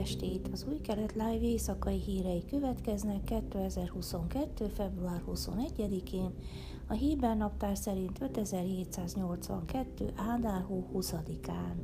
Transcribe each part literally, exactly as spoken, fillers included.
estét! Az Új Kelet Live éjszakai hírei következnek kétezer-huszonkettő. február huszonegyedikén, a Héber naptár szerint ötezer-hétszáznyolcvankettő. Ádár hó huszadikán.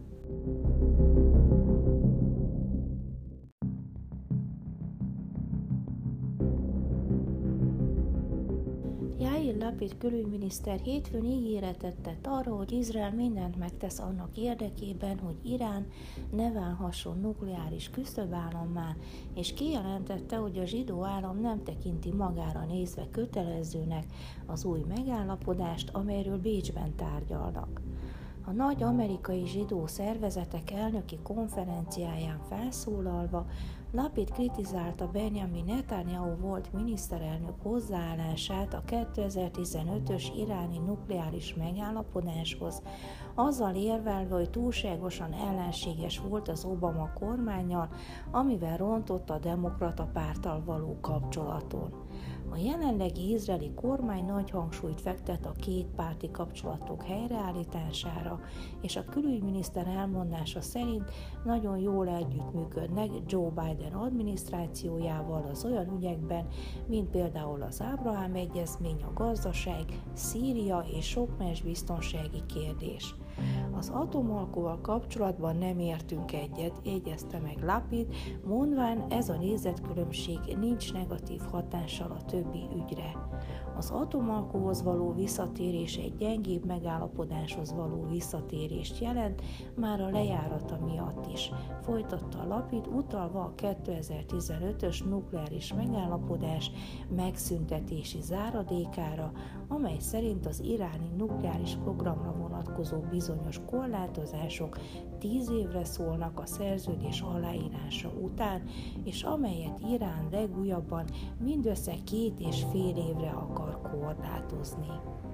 Jair Lapid külügyminiszter hétfőn ígéretet tett arra, hogy Izrael mindent megtesz annak érdekében, hogy Irán ne válhasson nukleáris küszöbállammá, és kijelentette, hogy a zsidó állam nem tekinti magára nézve kötelezőnek az új megállapodást, amelyről Bécsben tárgyalnak. A nagy amerikai zsidó szervezetek elnöki konferenciáján felszólalva Lapid kritizálta Benjamin Netanyahu volt miniszterelnök hozzáállását a kétezer-tizenötös iráni nukleáris megállapodáshoz, azzal érvelve, hogy túlságosan ellenséges volt az Obama kormánnyal, amivel rontott a demokrata párttal való kapcsolaton. A jelenlegi izraeli kormány nagy hangsúlyt fektet a két párti kapcsolatok helyreállítására, és a külügyminiszter elmondása szerint nagyon jól együttműködnek Joe Biden adminisztrációjával az olyan ügyekben, mint például az Ábrahám egyezmény, a gazdaság, Szíria és sok más biztonsági kérdés. Az atomalkúval kapcsolatban nem értünk egyet, jegyezte meg Lapid, mondván ez a nézetkülönbség nincs negatív hatással a többi ügyre. Az atomalkúhoz való visszatérés egy gyengébb megállapodáshoz való visszatérést jelent, már a lejárata miatt is, folytatta Lapid, utalva a kétezer-tizenötös nukleáris megállapodás megszüntetési záradékára, amely szerint az iráni nukleáris programra vonatkozó bizonyos korlátozások tíz évre szólnak a szerződés aláírása után, és amelyet Irán legújabban mindössze két és fél évre akar korlátozni.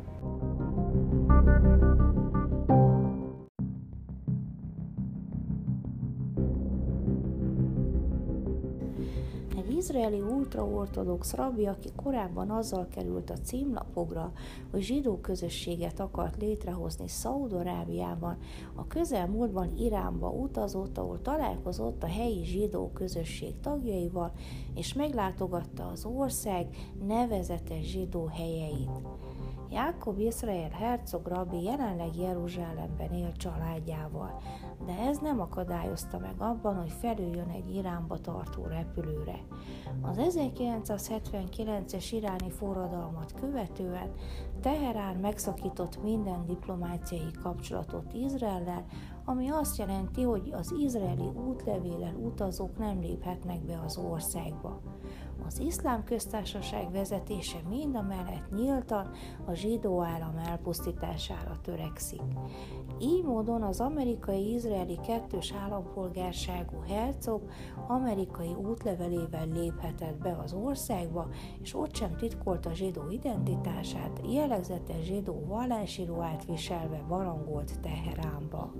Izraeli ultraortodox rabbi, aki korábban azzal került a címlapokra, hogy zsidó közösséget akart létrehozni Szaúd-Arábiában, a közelmúltban Iránba utazott, ahol találkozott a helyi zsidó közösség tagjaival, és meglátogatta az ország nevezetes zsidó helyeit. Jákob Izrael Herzog rabbi jelenleg Jeruzsálemben él családjával, de ez nem akadályozta meg abban, hogy felüljön egy Iránba tartó repülőre. Az ezerkilencszázhetvenkilences iráni forradalmat követően Teherán megszakított minden diplomáciai kapcsolatot Izraellel, ami azt jelenti, hogy az izraeli útlevéllel utazók nem léphetnek be az országba. Az iszlám köztársaság vezetése mindamellett nyíltan a zsidó állam elpusztítására törekszik. Így módon az amerikai-izraeli kettős állampolgárságú Herzog amerikai útlevelével léphetett be az országba, és ott sem titkolta zsidó identitását, jellegzetes zsidó vallási ruhát viselve barangolt Teheránba.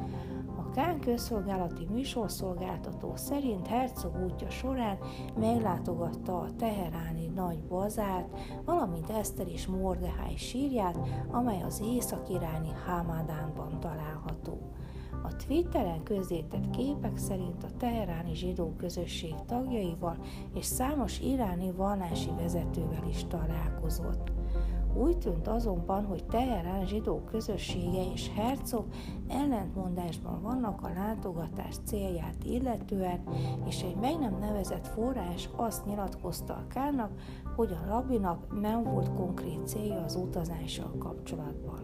A Kán közszolgálati műsorszolgáltató szerint Herzog útja során meglátogatta a teheráni nagy bazárt, valamint Eszter és Mordeháj sírját, amely az észak-iráni Hamadánban található. A Twitteren közzétett képek szerint a teheráni zsidó közösség tagjaival és számos iráni vallási vezetővel is találkozott. Úgy tűnt azonban, hogy Teherán zsidó közössége és Herzog ellentmondásban vannak a látogatás célját illetően, és egy meg nem nevezett forrás azt nyilatkozta a Kánnak, hogy a rabbinak nem volt konkrét célja az utazással kapcsolatban.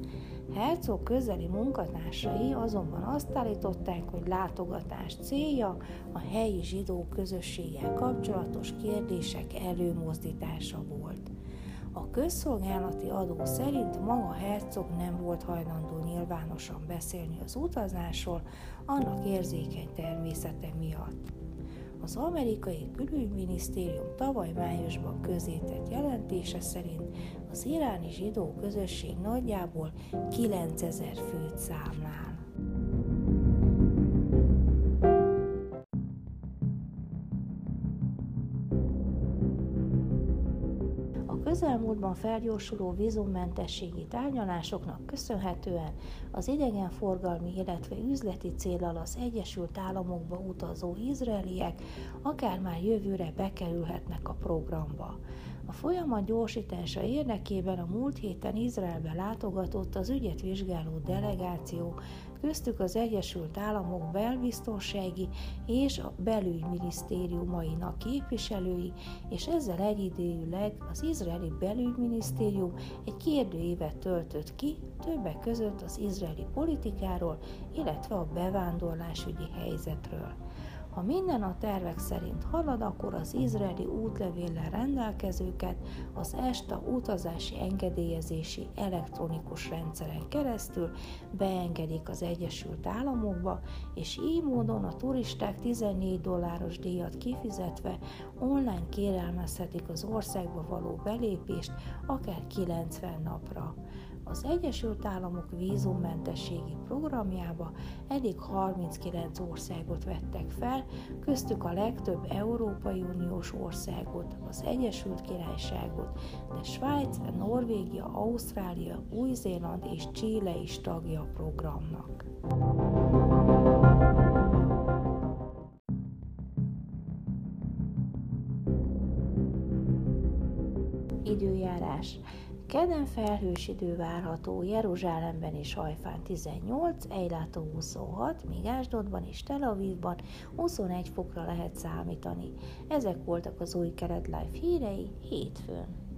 Herzog közeli munkatársai azonban azt állították, hogy látogatás célja a helyi zsidó közösséggel kapcsolatos kérdések előmozdítása volt. A közszolgálati adó szerint maga Herzog nem volt hajlandó nyilvánosan beszélni az utazásról, annak érzékeny természete miatt. Az amerikai külügyminisztérium tavaly májusban közzétett jelentése szerint az iráni zsidó közösség nagyjából kilencezer főt számlál. A közelmúltban felgyorsuló vízummentességi tárgyalásoknak köszönhetően az idegenforgalmi, illetve üzleti céllal az Egyesült Államokba utazó izraeliek akár már jövőre bekerülhetnek a programba. A folyamat gyorsítása érdekében a múlt héten Izraelbe látogatott az ügyet vizsgáló delegáció, köztük az Egyesült Államok belbiztonsági és a belügyminisztériumainak képviselői, és ezzel egyidejűleg az izraeli belügyminisztérium egy kérdőívet töltött ki, többek között az izraeli politikáról, illetve a bevándorlásügyi helyzetről. Ha minden a tervek szerint halad, akkor az izraeli útlevéllel rendelkezőket az ESTA utazási engedélyezési elektronikus rendszeren keresztül beengedik az Egyesült Államokba, és így módon a turisták tizennégy dolláros díjat kifizetve online kérelmezhetik az országba való belépést akár kilencven napra. Az Egyesült Államok vízummentességi programjába eddig harminckilenc országot vettek fel, köztük a legtöbb Európai Uniós országot, az Egyesült Királyságot, de Svájc, Norvégia, Ausztrália, Új-Zéland és Chile is tagja a programnak. Időjárás. Kedden felhős idő várható, Jeruzsálemben és Hajfán tizennyolc, Ejláton huszonhat, míg Ásdodban és Tel Avivban huszonegy fokra lehet számítani. Ezek voltak az új Kelet Live hírei hétfőn.